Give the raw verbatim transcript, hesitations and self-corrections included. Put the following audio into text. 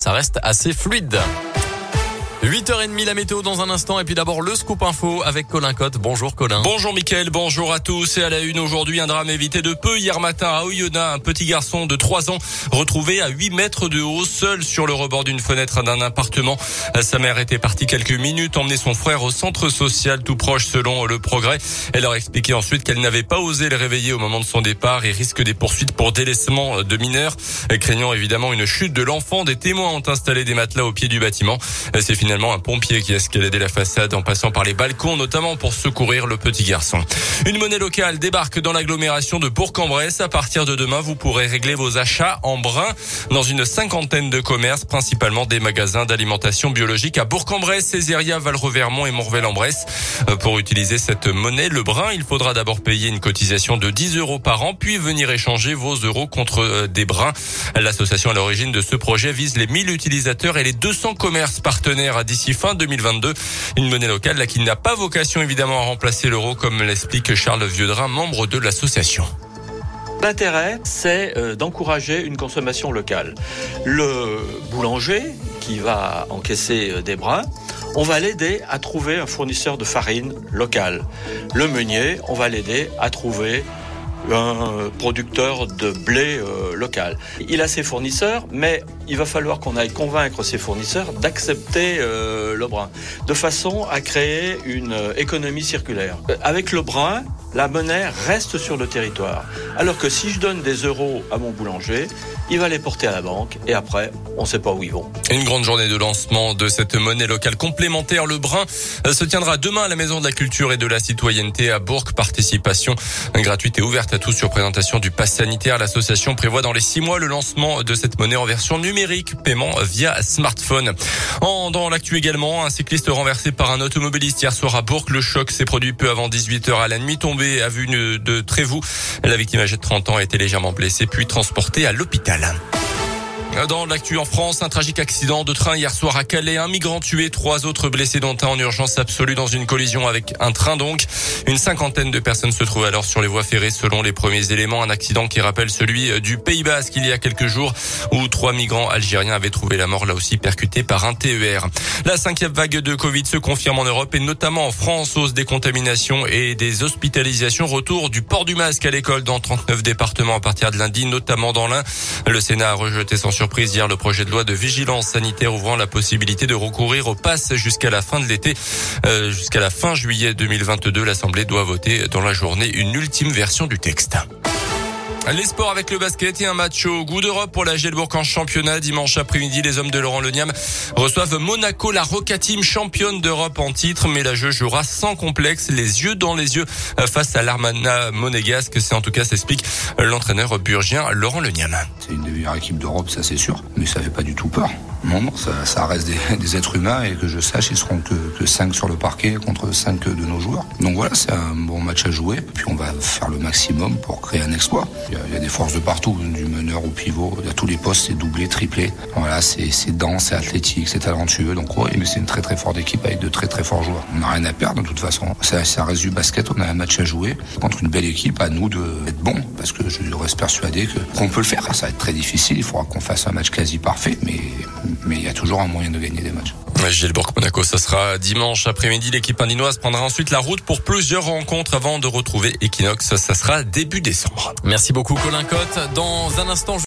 ça reste assez fluide. huit heures trente, la météo dans un instant. Et puis d'abord, le scoop info avec Colin Cotte. Bonjour Colin. Bonjour Mickaël, bonjour à tous. Et à la une aujourd'hui, un drame évité de peu. Hier matin à Oyonnax, un petit garçon de trois ans retrouvé à huit mètres de haut, seul sur le rebord d'une fenêtre d'un appartement. Sa mère était partie quelques minutes, emmener son frère au centre social tout proche selon le Progrès. Elle leur a expliqué ensuite qu'elle n'avait pas osé le réveiller au moment de son départ et risque des poursuites pour délaissement de mineurs. Craignant évidemment une chute de l'enfant, des témoins ont installé des matelas au pied du bâtiment. C'est finalement un pompier qui a escaladé la façade en passant par les balcons, notamment pour secourir le petit garçon. Une monnaie locale débarque dans l'agglomération de Bourg-en-Bresse. À partir de demain, vous pourrez régler vos achats en brin dans une cinquantaine de commerces, principalement des magasins d'alimentation biologique à Bourg-en-Bresse, Césaria, Val-Revermont et Montrevel-en-Bresse. Pour utiliser cette monnaie, le brin, il faudra d'abord payer une cotisation de dix euros par an, puis venir échanger vos euros contre des brins. L'association à l'origine de ce projet vise les mille utilisateurs et les deux cents commerces partenaires d'ici fin deux mille vingt-deux. Une monnaie locale là, qui n'a pas vocation évidemment à remplacer l'euro, comme l'explique Charles Vieudrain, membre de l'association. L'intérêt, c'est euh, d'encourager une consommation locale. Le boulanger qui va encaisser euh, des brins, on va l'aider à trouver un fournisseur de farine local. Le meunier, on va l'aider à trouver un producteur de blé euh, local. Il a ses fournisseurs, mais il va falloir qu'on aille convaincre ses fournisseurs d'accepter euh, le brin, de façon à créer une euh, économie circulaire. Euh, avec le brin, la monnaie reste sur le territoire. Alors que si je donne des euros à mon boulanger, il va les porter à la banque et après, on ne sait pas où ils vont. Une grande journée de lancement de cette monnaie locale complémentaire, le brin, se tiendra demain à la Maison de la Culture et de la Citoyenneté à Bourg. Participation gratuite et ouverte à tous sur présentation du pass sanitaire. L'association prévoit dans les six mois le lancement de cette monnaie en version numérique, paiement via smartphone. En, dans l'actu également, un cycliste renversé par un automobiliste hier soir à Bourg. Le choc s'est produit peu avant dix-huit heures à la nuit tombée à vue de Trévoux. La victime âgée de trente ans a été légèrement blessée puis transportée à l'hôpital. Dans l'actu en France, un tragique accident de train hier soir à Calais. Un migrant tué, trois autres blessés dont un en urgence absolue dans une collision avec un train donc. Une cinquantaine de personnes se trouvent alors sur les voies ferrées selon les premiers éléments. Un accident qui rappelle celui du Pays Basque il y a quelques jours où trois migrants algériens avaient trouvé la mort là aussi percutés par un T E R. La cinquième vague de Covid se confirme en Europe et notamment en France. Hausse des contaminations et des hospitalisations. Retour du port du masque à l'école dans trente-neuf départements à partir de lundi, notamment dans l'Ain. Le Sénat a rejeté sans surprise hier le projet de loi de vigilance sanitaire ouvrant la possibilité de recourir au pass jusqu'à la fin de l'été. Euh, jusqu'à la fin juillet deux mille vingt-deux, l'Assemblée doit voter dans la journée une ultime version du texte. Les sports avec le basket et un match au goût d'Europe pour la Gelbourg en championnat. Dimanche après-midi, les hommes de Laurent Leniam reçoivent Monaco, la Roca Team, championne d'Europe en titre. Mais la jeu jouera sans complexe, les yeux dans les yeux face à l'Armana monégasque. C'est en tout cas, s'explique l'entraîneur burgien Laurent Leniam. C'est une des meilleures équipes d'Europe, ça c'est sûr. Mais ça fait pas du tout peur. Non, non, ça, ça reste des, des êtres humains et que je sache, ils seront que, que cinq sur le parquet contre cinq de nos joueurs. Donc voilà, c'est un bon match à jouer. Puis on va faire le maximum pour créer un exploit. Il y a, il y a des forces de partout, du meneur au pivot. Il y a tous les postes, c'est doublé, triplé. Voilà, c'est, c'est dense, c'est athlétique, c'est talentueux. Donc ouais, mais c'est une très très forte équipe avec de très très forts joueurs. On n'a rien à perdre de toute façon. Ça, ça reste du basket, on a un match à jouer contre une belle équipe. À nous d'être bons, parce que je reste persuadé que, qu'on peut le faire. Ça va être très difficile, il faudra qu'on fasse un match quasi parfait, mais mais il y a toujours un moyen de gagner des matchs. Gelbourg-Monaco, ça sera dimanche après-midi. L'équipe indinoise prendra ensuite la route pour plusieurs rencontres avant de retrouver Equinox. Ça sera début décembre. Merci beaucoup Colin Cotte. Dans un instant,